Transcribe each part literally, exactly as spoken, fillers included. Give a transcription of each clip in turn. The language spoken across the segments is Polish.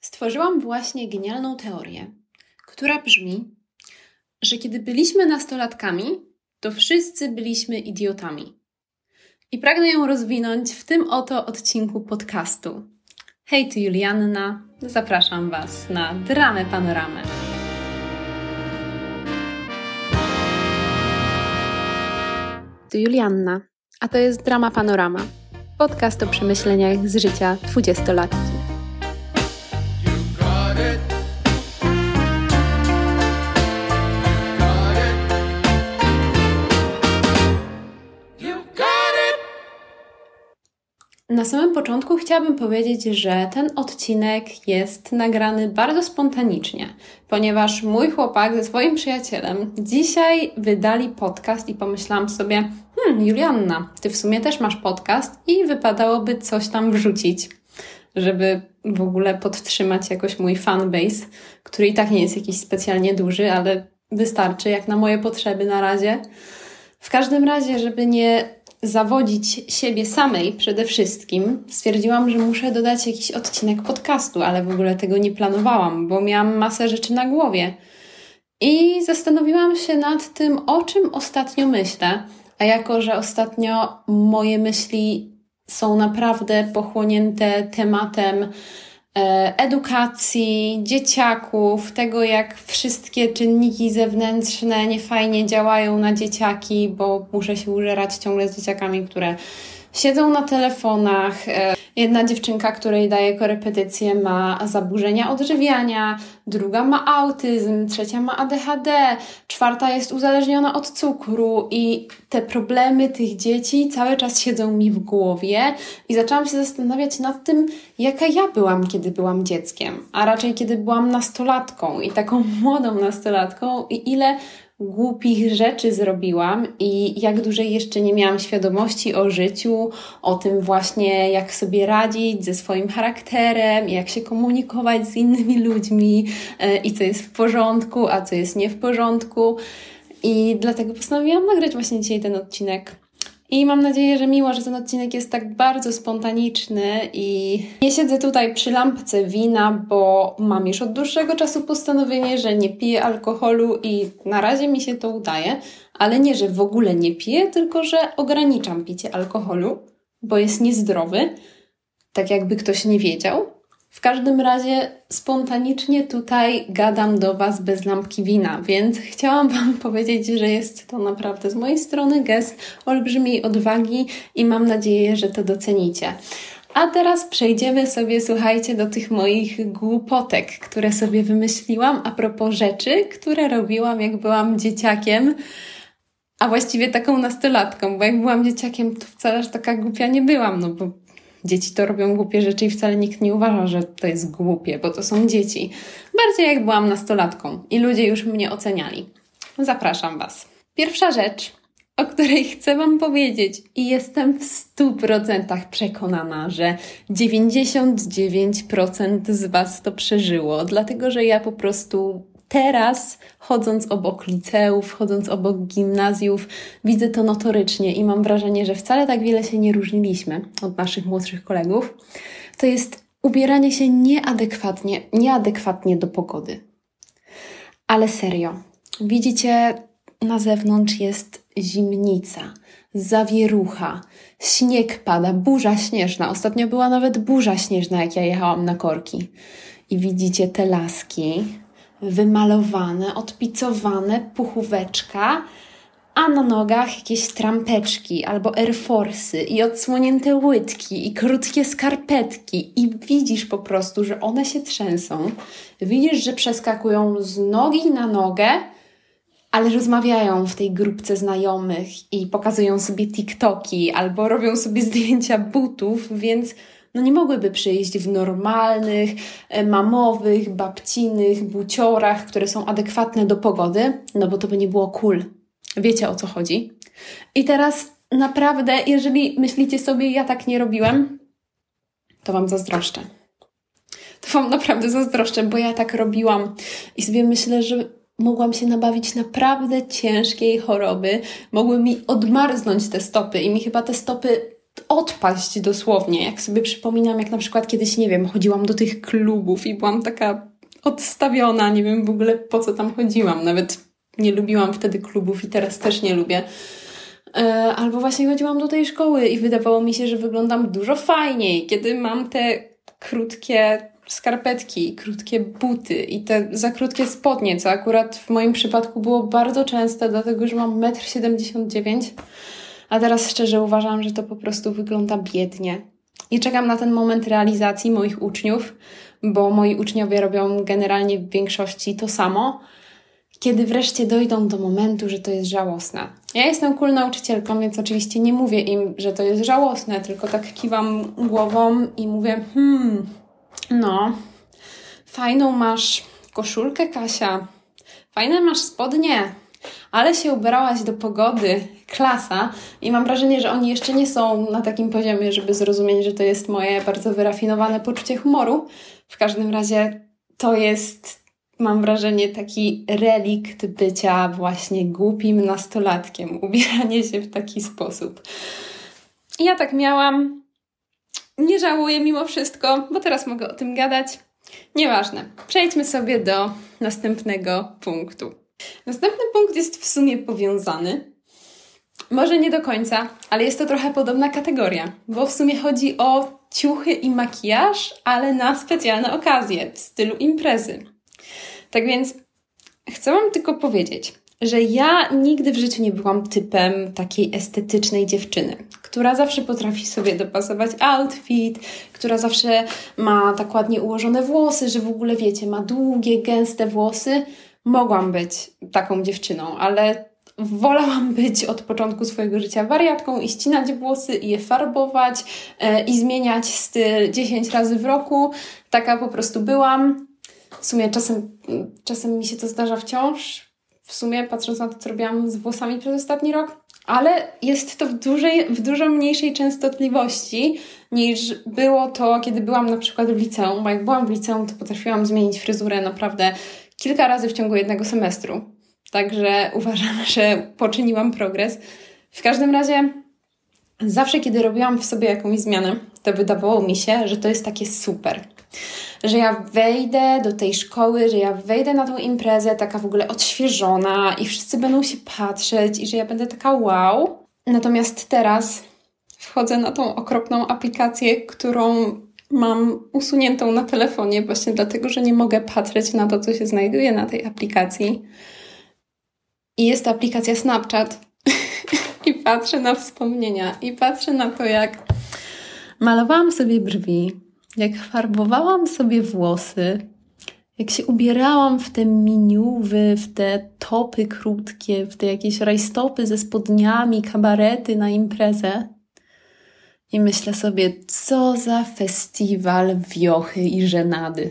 Stworzyłam właśnie genialną teorię, która brzmi, że kiedy byliśmy nastolatkami, to wszyscy byliśmy idiotami. I pragnę ją rozwinąć w tym oto odcinku podcastu. Hej, tu Julianna. Zapraszam Was na Dramę Panoramę. Tu Julianna, a to jest Drama Panorama. Podcast o przemyśleniach z życia dwudziestolatki. Na samym początku chciałabym powiedzieć, że ten odcinek jest nagrany bardzo spontanicznie, ponieważ mój chłopak ze swoim przyjacielem dzisiaj wydali podcast i pomyślałam sobie, hmm, Julianna, ty w sumie też masz podcast i wypadałoby coś tam wrzucić, żeby w ogóle podtrzymać jakoś mój fanbase, który i tak nie jest jakiś specjalnie duży, ale wystarczy jak na moje potrzeby na razie. W każdym razie, żeby nie zawodzić siebie samej przede wszystkim, stwierdziłam, że muszę dodać jakiś odcinek podcastu, ale w ogóle tego nie planowałam, bo miałam masę rzeczy na głowie. I zastanowiłam się nad tym, o czym ostatnio myślę, a jako, że ostatnio moje myśli są naprawdę pochłonięte tematem edukacji, dzieciaków, tego jak wszystkie czynniki zewnętrzne niefajnie działają na dzieciaki, bo muszę się użerać ciągle z dzieciakami, które siedzą na telefonach. Jedna dziewczynka, której daję korepetycje, ma zaburzenia odżywiania, druga ma autyzm, trzecia ma A D H D, czwarta jest uzależniona od cukru i te problemy tych dzieci cały czas siedzą mi w głowie i zaczęłam się zastanawiać nad tym, jaka ja byłam, kiedy byłam dzieckiem, a raczej kiedy byłam nastolatką i taką młodą nastolatką i ile głupich rzeczy zrobiłam i jak dużej jeszcze nie miałam świadomości o życiu, o tym właśnie, jak sobie radzić ze swoim charakterem, jak się komunikować z innymi ludźmi yy, i co jest w porządku, a co jest nie w porządku. I dlatego postanowiłam nagrać właśnie dzisiaj ten odcinek. I mam nadzieję, że mimo, że ten odcinek jest tak bardzo spontaniczny i nie siedzę tutaj przy lampce wina, bo mam już od dłuższego czasu postanowienie, że nie piję alkoholu i na razie mi się to udaje, ale nie, że w ogóle nie piję, tylko że ograniczam picie alkoholu, bo jest niezdrowy, tak jakby ktoś nie wiedział. W każdym razie spontanicznie tutaj gadam do Was bez lampki wina, więc chciałam Wam powiedzieć, że jest to naprawdę z mojej strony gest olbrzymiej odwagi i mam nadzieję, że to docenicie. A teraz przejdziemy sobie, słuchajcie, do tych moich głupotek, które sobie wymyśliłam a propos rzeczy, które robiłam jak byłam dzieciakiem, a właściwie taką nastolatką, bo jak byłam dzieciakiem, to wcale aż taka głupia nie byłam, no bo dzieci to robią głupie rzeczy i wcale nikt nie uważa, że to jest głupie, bo to są dzieci. Bardziej jak byłam nastolatką i ludzie już mnie oceniali. Zapraszam Was. Pierwsza rzecz, o której chcę Wam powiedzieć i jestem w stu procentach przekonana, że dziewięćdziesiąt dziewięć procent z Was to przeżyło, dlatego że ja po prostu teraz, chodząc obok liceów, chodząc obok gimnazjów, widzę to notorycznie i mam wrażenie, że wcale tak wiele się nie różniliśmy od naszych młodszych kolegów. To jest ubieranie się nieadekwatnie, nieadekwatnie do pogody. Ale serio, widzicie, na zewnątrz jest zimnica, zawierucha, śnieg pada, burza śnieżna. Ostatnio była nawet burza śnieżna, jak ja jechałam na korki. I widzicie te laski wymalowane, odpicowane, puchóweczka, a na nogach jakieś trampeczki albo Air Force'y i odsłonięte łydki i krótkie skarpetki i widzisz po prostu, że one się trzęsą. Widzisz, że przeskakują z nogi na nogę, ale rozmawiają w tej grupce znajomych i pokazują sobie TikToki albo robią sobie zdjęcia butów, więc no nie mogłyby przyjść w normalnych, mamowych, babcinych buciorach, które są adekwatne do pogody, no bo to by nie było cool. Wiecie, o co chodzi? I teraz naprawdę, jeżeli myślicie sobie, ja tak nie robiłem, to Wam zazdroszczę. To Wam naprawdę zazdroszczę, bo ja tak robiłam i sobie myślę, że mogłam się nabawić naprawdę ciężkiej choroby. Mogły mi odmarznąć te stopy i mi chyba te stopy odpaść dosłownie. Jak sobie przypominam, jak na przykład kiedyś, nie wiem, chodziłam do tych klubów i byłam taka odstawiona, nie wiem w ogóle po co tam chodziłam. Nawet nie lubiłam wtedy klubów i teraz też nie lubię. Albo właśnie chodziłam do tej szkoły i wydawało mi się, że wyglądam dużo fajniej, kiedy mam te krótkie skarpetki, krótkie buty i te za krótkie spodnie, co akurat w moim przypadku było bardzo częste, dlatego że mam metr siedemdziesiąt dziewięć, a teraz szczerze uważam, że to po prostu wygląda biednie. I czekam na ten moment realizacji moich uczniów, bo moi uczniowie robią generalnie w większości to samo, kiedy wreszcie dojdą do momentu, że to jest żałosne. Ja jestem cool nauczycielką, więc oczywiście nie mówię im, że to jest żałosne, tylko tak kiwam głową i mówię, hmm, no, fajną masz koszulkę, Kasia, fajne masz spodnie, ale się ubrałaś do pogody, klasa. I mam wrażenie, że oni jeszcze nie są na takim poziomie, żeby zrozumieć, że to jest moje bardzo wyrafinowane poczucie humoru. W każdym razie to jest, mam wrażenie, taki relikt bycia właśnie głupim nastolatkiem. Ubieranie się w taki sposób. I ja tak miałam. Nie żałuję mimo wszystko, bo teraz mogę o tym gadać. Nieważne. Przejdźmy sobie do następnego punktu. Następny punkt jest w sumie powiązany. Może nie do końca, ale jest to trochę podobna kategoria, bo w sumie chodzi o ciuchy i makijaż, ale na specjalne okazje, w stylu imprezy. Tak więc chcę Wam tylko powiedzieć, że ja nigdy w życiu nie byłam typem takiej estetycznej dziewczyny, która zawsze potrafi sobie dopasować outfit, która zawsze ma tak ładnie ułożone włosy, że w ogóle wiecie, ma długie, gęste włosy. Mogłam być taką dziewczyną, ale wolałam być od początku swojego życia wariatką i ścinać włosy i je farbować yy, i zmieniać styl dziesięć razy w roku. Taka po prostu byłam. W sumie czasem, czasem mi się to zdarza wciąż. W sumie patrząc na to, co robiłam z włosami przez ostatni rok. Ale jest to w, dużej, w dużo mniejszej częstotliwości niż było to, kiedy byłam na przykład w liceum. Bo jak byłam w liceum, to potrafiłam zmienić fryzurę naprawdę kilka razy w ciągu jednego semestru. Także uważam, że poczyniłam progres. W każdym razie zawsze, kiedy robiłam w sobie jakąś zmianę, to wydawało mi się, że to jest takie super. Że ja wejdę do tej szkoły, że ja wejdę na tą imprezę taka w ogóle odświeżona i wszyscy będą się patrzeć i że ja będę taka wow. Natomiast teraz wchodzę na tą okropną aplikację, którą mam usuniętą na telefonie właśnie dlatego, że nie mogę patrzeć na to, co się znajduje na tej aplikacji. I jest to aplikacja Snapchat. I patrzę na wspomnienia. I patrzę na to, jak malowałam sobie brwi, jak farbowałam sobie włosy, jak się ubierałam w te miniuwy, w te topy krótkie, w te jakieś rajstopy ze spodniami, kabarety na imprezę. I myślę sobie, co za festiwal wiochy i żenady.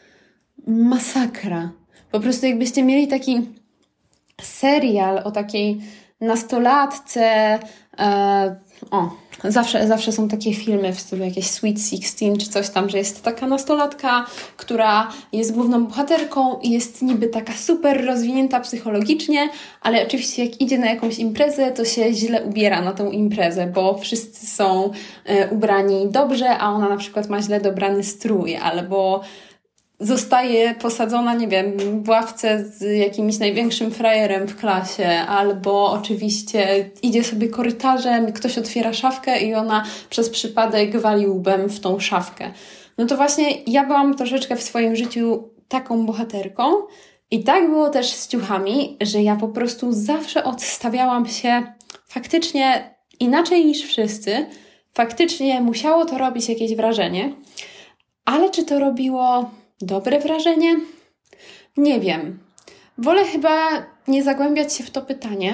Masakra. Po prostu jakbyście mieli taki serial o takiej nastolatce. E, o, zawsze, zawsze są takie filmy w stylu jakieś Sweet Sixteen czy coś tam, że jest taka nastolatka, która jest główną bohaterką i jest niby taka super rozwinięta psychologicznie, ale oczywiście jak idzie na jakąś imprezę, to się źle ubiera na tą imprezę, bo wszyscy są e, ubrani dobrze, a ona na przykład ma źle dobrany strój, albo zostaje posadzona, nie wiem, w ławce z jakimś największym frajerem w klasie, albo oczywiście idzie sobie korytarzem, ktoś otwiera szafkę i ona przez przypadek wali łbem w tą szafkę. No to właśnie ja byłam troszeczkę w swoim życiu taką bohaterką i tak było też z ciuchami, że ja po prostu zawsze odstawiałam się faktycznie inaczej niż wszyscy. Faktycznie musiało to robić jakieś wrażenie, ale czy to robiło dobre wrażenie? Nie wiem. Wolę chyba nie zagłębiać się w to pytanie,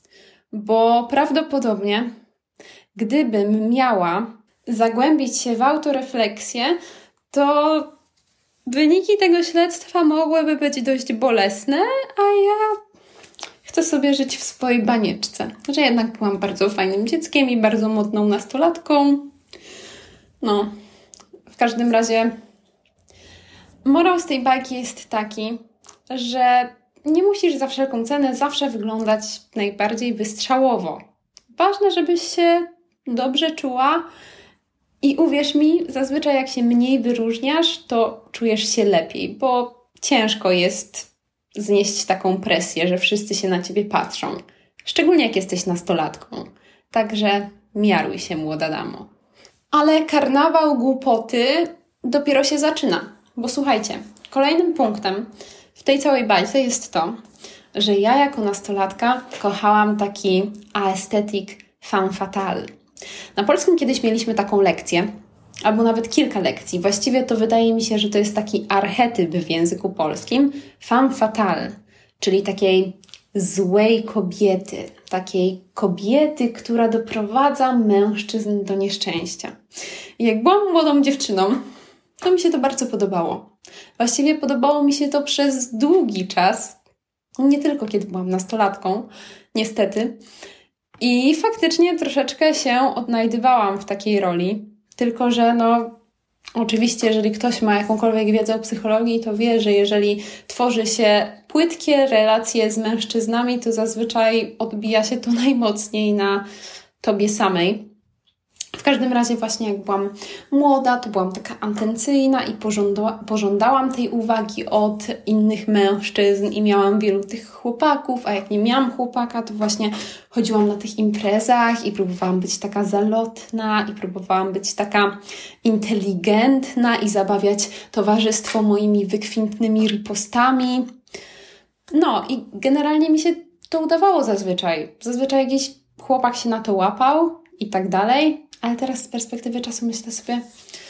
bo prawdopodobnie gdybym miała zagłębić się w autorefleksję, to wyniki tego śledztwa mogłyby być dość bolesne, a ja chcę sobie żyć w swojej banieczce. Że jednak byłam bardzo fajnym dzieckiem i bardzo modną nastolatką. No, w każdym razie morał z tej bajki jest taki, że nie musisz za wszelką cenę zawsze wyglądać najbardziej wystrzałowo. Ważne, żebyś się dobrze czuła i uwierz mi, zazwyczaj jak się mniej wyróżniasz, to czujesz się lepiej, bo ciężko jest znieść taką presję, że wszyscy się na ciebie patrzą. Szczególnie jak jesteś nastolatką. Także miaruj się, młoda damo. Ale karnawał głupoty dopiero się zaczyna. Bo słuchajcie, kolejnym punktem w tej całej bajce jest to, że ja jako nastolatka kochałam taki aesthetic femme fatale. Na polskim kiedyś mieliśmy taką lekcję, albo nawet kilka lekcji. Właściwie to wydaje mi się, że to jest taki archetyp w języku polskim femme fatale, czyli takiej złej kobiety, takiej kobiety, która doprowadza mężczyzn do nieszczęścia. I jak byłam młodą dziewczyną, to mi się to bardzo podobało. Właściwie podobało mi się to przez długi czas, nie tylko kiedy byłam nastolatką, niestety. I faktycznie troszeczkę się odnajdywałam w takiej roli, tylko że no oczywiście, jeżeli ktoś ma jakąkolwiek wiedzę o psychologii, to wie, że jeżeli tworzy się płytkie relacje z mężczyznami, to zazwyczaj odbija się to najmocniej na tobie samej. W każdym razie właśnie jak byłam młoda, to byłam taka atencyjna i pożąda- pożądałam tej uwagi od innych mężczyzn i miałam wielu tych chłopaków, a jak nie miałam chłopaka, to właśnie chodziłam na tych imprezach i próbowałam być taka zalotna i próbowałam być taka inteligentna i zabawiać towarzystwo moimi wykwintnymi ripostami. No i generalnie mi się to udawało zazwyczaj. Zazwyczaj jakiś chłopak się na to łapał i tak dalej. Ale teraz z perspektywy czasu myślę sobie,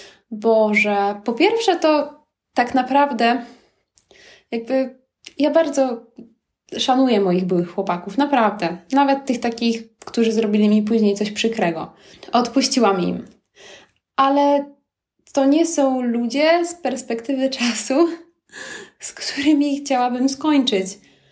Boże, po pierwsze to tak naprawdę jakby ja bardzo szanuję moich byłych chłopaków, naprawdę. Nawet tych takich, którzy zrobili mi później coś przykrego. Odpuściłam im. Ale to nie są ludzie z perspektywy czasu, z którymi chciałabym skończyć.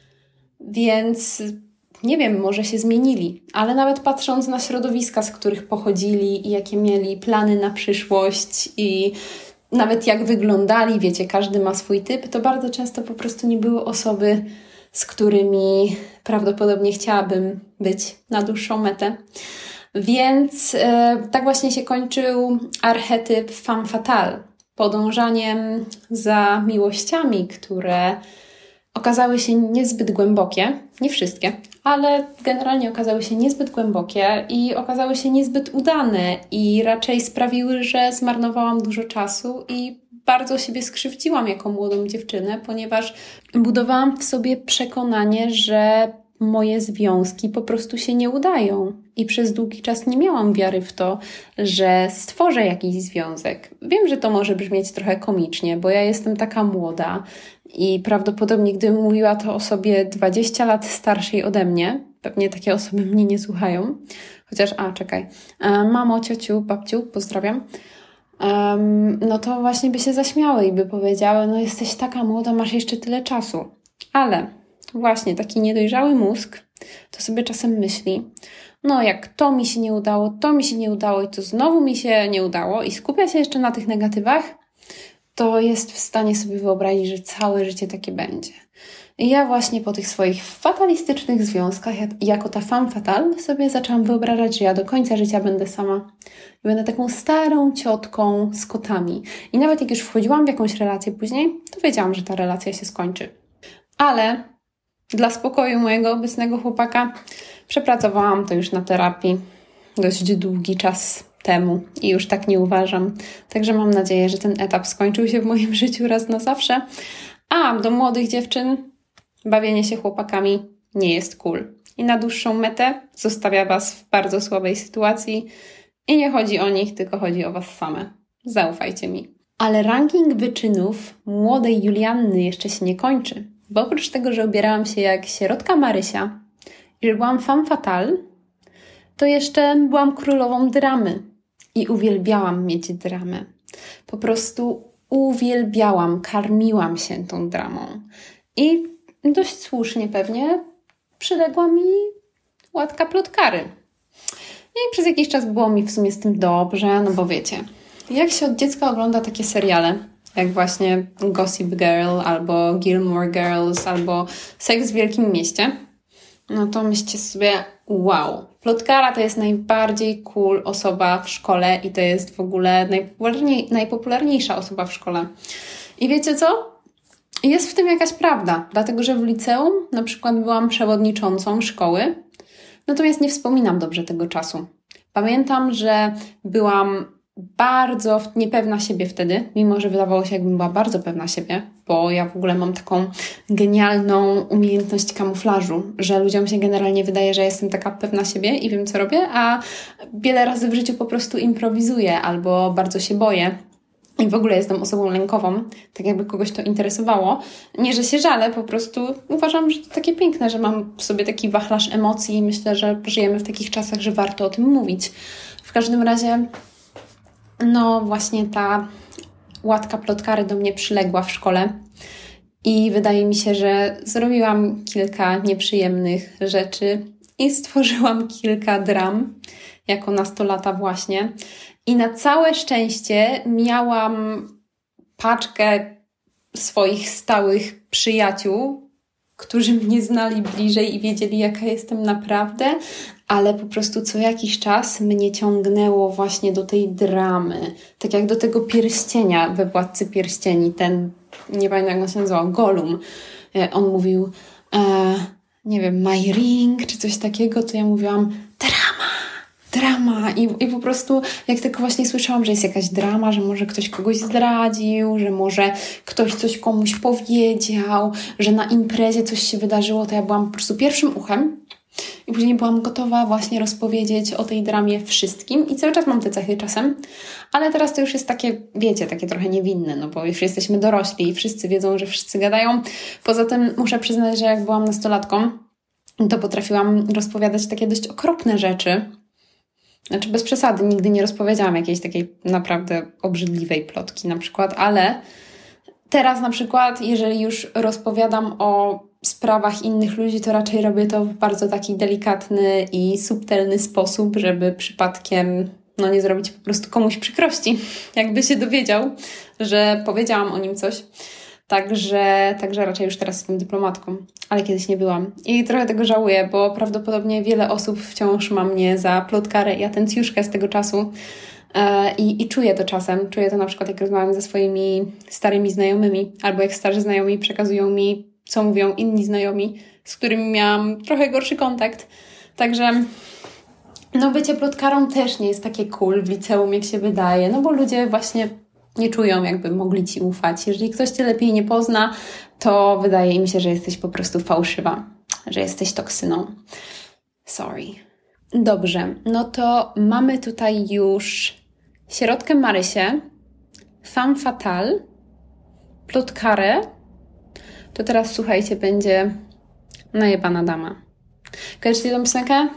Więc nie wiem, może się zmienili, ale nawet patrząc na środowiska, z których pochodzili i jakie mieli plany na przyszłość i nawet jak wyglądali, wiecie, każdy ma swój typ, to bardzo często po prostu nie były osoby, z którymi prawdopodobnie chciałabym być na dłuższą metę. Więc e, tak właśnie się kończył archetyp femme fatale, podążaniem za miłościami, które okazały się niezbyt głębokie, nie wszystkie, ale generalnie okazały się niezbyt głębokie i okazały się niezbyt udane i raczej sprawiły, że zmarnowałam dużo czasu i bardzo siebie skrzywdziłam jako młodą dziewczynę, ponieważ budowałam w sobie przekonanie, że moje związki po prostu się nie udają i przez długi czas nie miałam wiary w to, że stworzę jakiś związek. Wiem, że to może brzmieć trochę komicznie, bo ja jestem taka młoda i prawdopodobnie gdybym mówiła to osobie dwadzieścia lat starszej ode mnie, pewnie takie osoby mnie nie słuchają, chociaż, a czekaj, mamo, ciociu, babciu, pozdrawiam, um, no to właśnie by się zaśmiały i by powiedziały, no jesteś taka młoda, masz jeszcze tyle czasu, ale właśnie taki niedojrzały mózg to sobie czasem myśli, no jak to mi się nie udało, to mi się nie udało i to znowu mi się nie udało i skupia się jeszcze na tych negatywach, to jest w stanie sobie wyobrazić, że całe życie takie będzie. I ja właśnie po tych swoich fatalistycznych związkach, jako ta femme fatale, sobie zaczęłam wyobrażać, że ja do końca życia będę sama. I będę taką starą ciotką z kotami. I nawet jak już wchodziłam w jakąś relację później, to wiedziałam, że ta relacja się skończy. Ale dla spokoju mojego obecnego chłopaka przepracowałam to już na terapii dość długi czas temu i już tak nie uważam. Także mam nadzieję, że ten etap skończył się w moim życiu raz na zawsze. A do młodych dziewczyn bawienie się chłopakami nie jest cool. I na dłuższą metę zostawia Was w bardzo słabej sytuacji i nie chodzi o nich, tylko chodzi o Was same. Zaufajcie mi. Ale ranking wyczynów młodej Julianny jeszcze się nie kończy. Bo oprócz tego, że ubierałam się jak sierotka Marysia i że byłam femme fatale, to jeszcze byłam królową dramy i uwielbiałam mieć dramę. Po prostu uwielbiałam, karmiłam się tą dramą. I dość słusznie pewnie przyległa mi łatka plotkary. I przez jakiś czas było mi w sumie z tym dobrze, no bo wiecie, jak się od dziecka ogląda takie seriale, jak właśnie Gossip Girl, albo Gilmore Girls, albo Seks w Wielkim Mieście, no to myślcie sobie, wow, Plotkara to jest najbardziej cool osoba w szkole i to jest w ogóle najpopularniej, najpopularniejsza osoba w szkole. I wiecie co? Jest w tym jakaś prawda, dlatego że w liceum na przykład byłam przewodniczącą szkoły, natomiast nie wspominam dobrze tego czasu. Pamiętam, że byłam bardzo niepewna siebie wtedy, mimo że wydawało się, jakbym była bardzo pewna siebie, bo ja w ogóle mam taką genialną umiejętność kamuflażu, że ludziom się generalnie wydaje, że jestem taka pewna siebie i wiem, co robię, a wiele razy w życiu po prostu improwizuję albo bardzo się boję. I w ogóle jestem osobą lękową, tak jakby kogoś to interesowało. Nie, że się żalę, po prostu uważam, że to takie piękne, że mam w sobie taki wachlarz emocji i myślę, że żyjemy w takich czasach, że warto o tym mówić. W każdym razie, no właśnie ta łatka plotkary do mnie przyległa w szkole i wydaje mi się, że zrobiłam kilka nieprzyjemnych rzeczy i stworzyłam kilka dram jako nastolata właśnie. I na całe szczęście miałam paczkę swoich stałych przyjaciół, którzy mnie znali bliżej i wiedzieli, jaka jestem naprawdę, ale po prostu co jakiś czas mnie ciągnęło właśnie do tej dramy. Tak jak do tego pierścienia we Władcy Pierścieni, ten, nie pamiętam jak on się nazywał, Gollum. On mówił, e, nie wiem, my ring, czy coś takiego, to ja mówiłam, drama. Drama I, i po prostu jak tylko właśnie słyszałam, że jest jakaś drama, że może ktoś kogoś zdradził, że może ktoś coś komuś powiedział, że na imprezie coś się wydarzyło, to ja byłam po prostu pierwszym uchem i później byłam gotowa właśnie rozpowiedzieć o tej dramie wszystkim i cały czas mam te cechy czasem, ale teraz to już jest takie, wiecie, takie trochę niewinne, no bo już jesteśmy dorośli i wszyscy wiedzą, że wszyscy gadają. Poza tym muszę przyznać, że jak byłam nastolatką, to potrafiłam rozpowiadać takie dość okropne rzeczy. Znaczy bez przesady, nigdy nie rozpowiedziałam jakiejś takiej naprawdę obrzydliwej plotki na przykład, ale teraz na przykład, jeżeli już rozpowiadam o sprawach innych ludzi, to raczej robię to w bardzo taki delikatny i subtelny sposób, żeby przypadkiem no nie zrobić po prostu komuś przykrości, jakby się dowiedział, że powiedziałam o nim coś. Także, także raczej już teraz jestem dyplomatką, ale kiedyś nie byłam. I trochę tego żałuję, bo prawdopodobnie wiele osób wciąż ma mnie za plotkarę i atencjuszkę z tego czasu. E, i, I czuję to czasem. Czuję to na przykład, jak rozmawiam ze swoimi starymi znajomymi, albo jak starzy znajomi przekazują mi, co mówią inni znajomi, z którymi miałam trochę gorszy kontakt. Także no bycie plotkarą też nie jest takie cool w liceum, jak się wydaje, no bo ludzie właśnie nie czują, jakby mogli Ci ufać. Jeżeli ktoś Cię lepiej nie pozna, to wydaje im się, że jesteś po prostu fałszywa, że jesteś toksyną. Sorry. Dobrze, no to mamy tutaj już sierotkę Marysię, femme fatale, plotkarę. To teraz słuchajcie, będzie najebana dama. Kojarzycie tą piosenkę?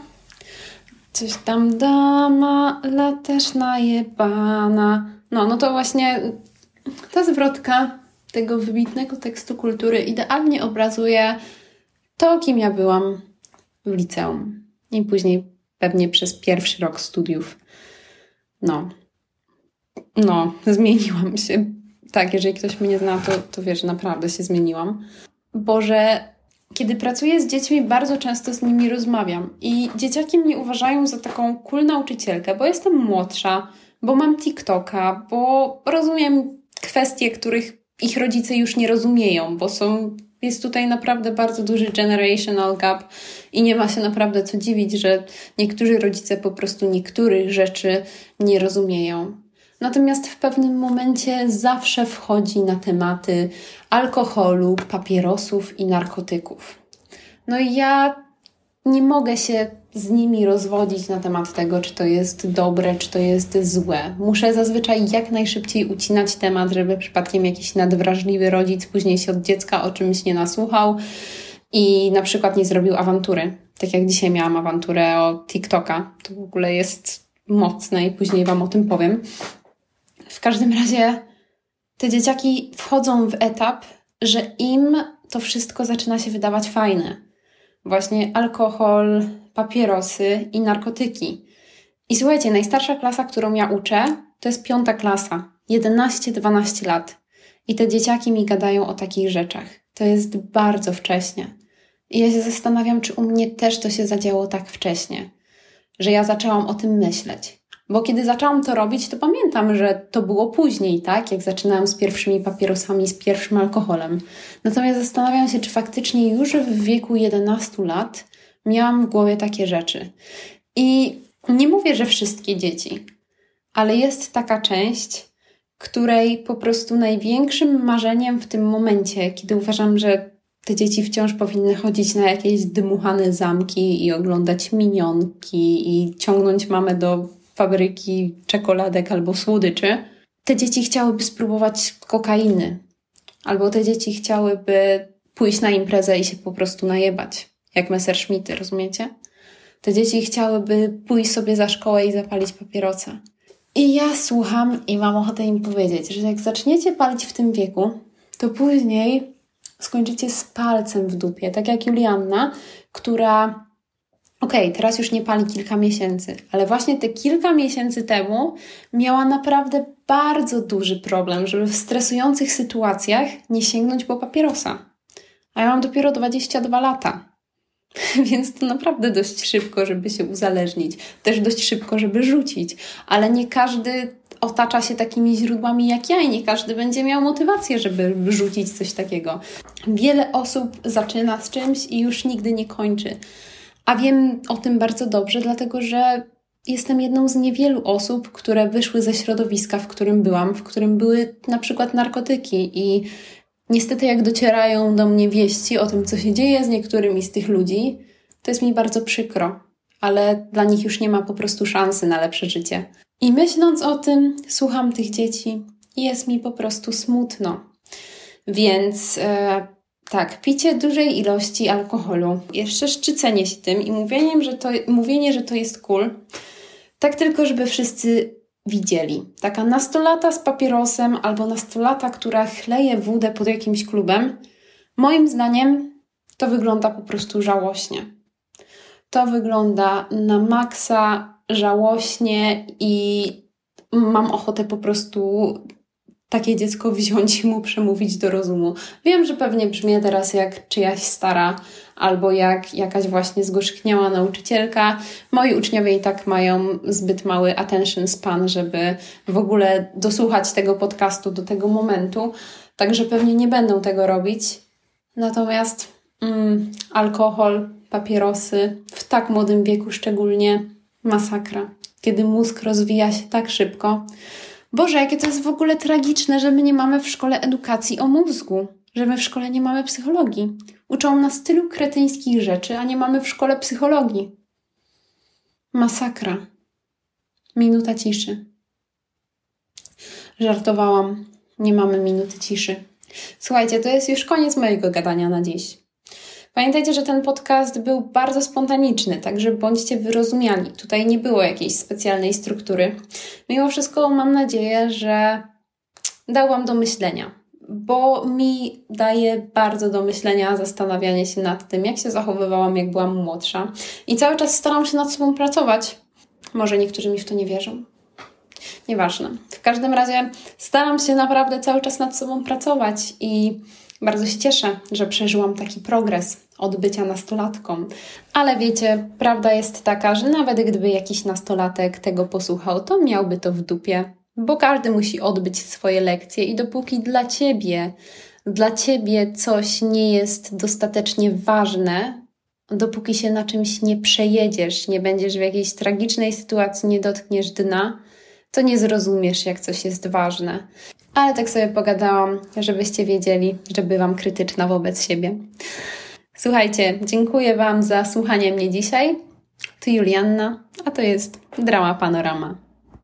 Coś tam dama, ale też najebana. No, no to właśnie ta zwrotka tego wybitnego tekstu kultury idealnie obrazuje to, kim ja byłam w liceum. I później pewnie przez pierwszy rok studiów. No. No, zmieniłam się. Tak, jeżeli ktoś mnie zna, to, to wie, że naprawdę się zmieniłam. Bo że kiedy pracuję z dziećmi, bardzo często z nimi rozmawiam. I dzieciaki mnie uważają za taką cool nauczycielkę, bo jestem młodsza, bo mam TikToka, bo rozumiem kwestie, których ich rodzice już nie rozumieją, bo są, jest tutaj naprawdę bardzo duży generational gap i nie ma się naprawdę co dziwić, że niektórzy rodzice po prostu niektórych rzeczy nie rozumieją. Natomiast w pewnym momencie zawsze wchodzi na tematy alkoholu, papierosów i narkotyków. No i ja nie mogę się z nimi rozwodzić na temat tego, czy to jest dobre, czy to jest złe. Muszę zazwyczaj jak najszybciej ucinać temat, żeby przypadkiem jakiś nadwrażliwy rodzic później się od dziecka o czymś nie nasłuchał i na przykład nie zrobił awantury. Tak jak dzisiaj miałam awanturę o TikToka. To w ogóle jest mocne i później Wam o tym powiem. W każdym razie te dzieciaki wchodzą w etap, że im to wszystko zaczyna się wydawać fajne. Właśnie alkohol, papierosy i narkotyki. I słuchajcie, najstarsza klasa, którą ja uczę, to jest piąta klasa, jedenaście dwanaście lat. I te dzieciaki mi gadają o takich rzeczach. To jest bardzo wcześnie. I ja się zastanawiam, czy u mnie też to się zadziało tak wcześnie. że ja zaczęłam o tym myśleć. Bo kiedy zaczęłam to robić, to pamiętam, że to było później, tak? Jak zaczynałam z pierwszymi papierosami, z pierwszym alkoholem. Natomiast zastanawiam się, czy faktycznie już w wieku jedenastu lat miałam w głowie takie rzeczy. I nie mówię, że wszystkie dzieci, ale jest taka część, której po prostu największym marzeniem w tym momencie, kiedy uważam, że te dzieci wciąż powinny chodzić na jakieś dmuchane zamki i oglądać minionki i ciągnąć mamę do fabryki czekoladek albo słodyczy, te dzieci chciałyby spróbować kokainy. Albo te dzieci chciałyby pójść na imprezę i się po prostu najebać. Jak Messerschmitty, rozumiecie? Te dzieci chciałyby pójść sobie za szkołę i zapalić papierosa. I ja słucham i mam ochotę im powiedzieć, że jak zaczniecie palić w tym wieku, to później skończycie z palcem w dupie. Tak jak Julianna, która okej, okay, teraz już nie pali kilka miesięcy, ale właśnie te kilka miesięcy temu miała naprawdę bardzo duży problem, żeby w stresujących sytuacjach nie sięgnąć po papierosa. A ja mam dopiero dwadzieścia dwa lata. Więc to naprawdę dość szybko, żeby się uzależnić. Też dość szybko, żeby rzucić. Ale nie każdy otacza się takimi źródłami jak ja i nie każdy będzie miał motywację, żeby rzucić coś takiego. Wiele osób zaczyna z czymś i już nigdy nie kończy. A wiem o tym bardzo dobrze, dlatego że jestem jedną z niewielu osób, które wyszły ze środowiska, w którym byłam, w którym były na przykład narkotyki i niestety jak docierają do mnie wieści o tym, co się dzieje z niektórymi z tych ludzi, to jest mi bardzo przykro, ale dla nich już nie ma po prostu szansy na lepsze życie. I myśląc o tym, słucham tych dzieci i jest mi po prostu smutno. Więc e, tak, picie dużej ilości alkoholu, jeszcze szczycenie się tym i mówieniem, że to, mówienie, że to jest cool, tak tylko, żeby wszyscy widzieli. Taka nastolata z papierosem albo nastolata, która chleje wódę pod jakimś klubem, moim zdaniem to wygląda po prostu żałośnie. To wygląda na maksa żałośnie i mam ochotę po prostu takie dziecko wziąć i mu przemówić do rozumu. Wiem, że pewnie brzmię teraz jak czyjaś stara albo jak jakaś właśnie zgorzkniała nauczycielka. Moi uczniowie i tak mają zbyt mały attention span, żeby w ogóle dosłuchać tego podcastu do tego momentu, także pewnie nie będą tego robić. Natomiast mm, alkohol, papierosy w tak młodym wieku szczególnie masakra. Kiedy mózg rozwija się tak szybko. Boże, jakie to jest w ogóle tragiczne, że my nie mamy w szkole edukacji o mózgu, że my w szkole nie mamy psychologii. Uczą nas tylu kretyńskich rzeczy, a nie mamy w szkole psychologii. Masakra. Minuta ciszy. Żartowałam. Nie mamy minuty ciszy. Słuchajcie, to jest już koniec mojego gadania na dziś. Pamiętajcie, że ten podcast był bardzo spontaniczny, także bądźcie wyrozumiali. Tutaj nie było jakiejś specjalnej struktury. Mimo wszystko mam nadzieję, że dał Wam do myślenia, bo mi daje bardzo do myślenia zastanawianie się nad tym, jak się zachowywałam, jak byłam młodsza. I cały czas staram się nad sobą pracować. Może niektórzy mi w to nie wierzą. Nieważne. W każdym razie staram się naprawdę cały czas nad sobą pracować i bardzo się cieszę, że przeżyłam taki progres od bycia nastolatką. Ale wiecie, prawda jest taka, że nawet gdyby jakiś nastolatek tego posłuchał, to miałby to w dupie, bo każdy musi odbyć swoje lekcje i dopóki dla Ciebie, dla Ciebie coś nie jest dostatecznie ważne, dopóki się na czymś nie przejedziesz, nie będziesz w jakiejś tragicznej sytuacji, nie dotkniesz dna, to nie zrozumiesz, jak coś jest ważne. Ale tak sobie pogadałam, żebyście wiedzieli, że bywam krytyczna wobec siebie. Słuchajcie, dziękuję Wam za słuchanie mnie dzisiaj. Tu Julianna, a to jest Drama Panorama.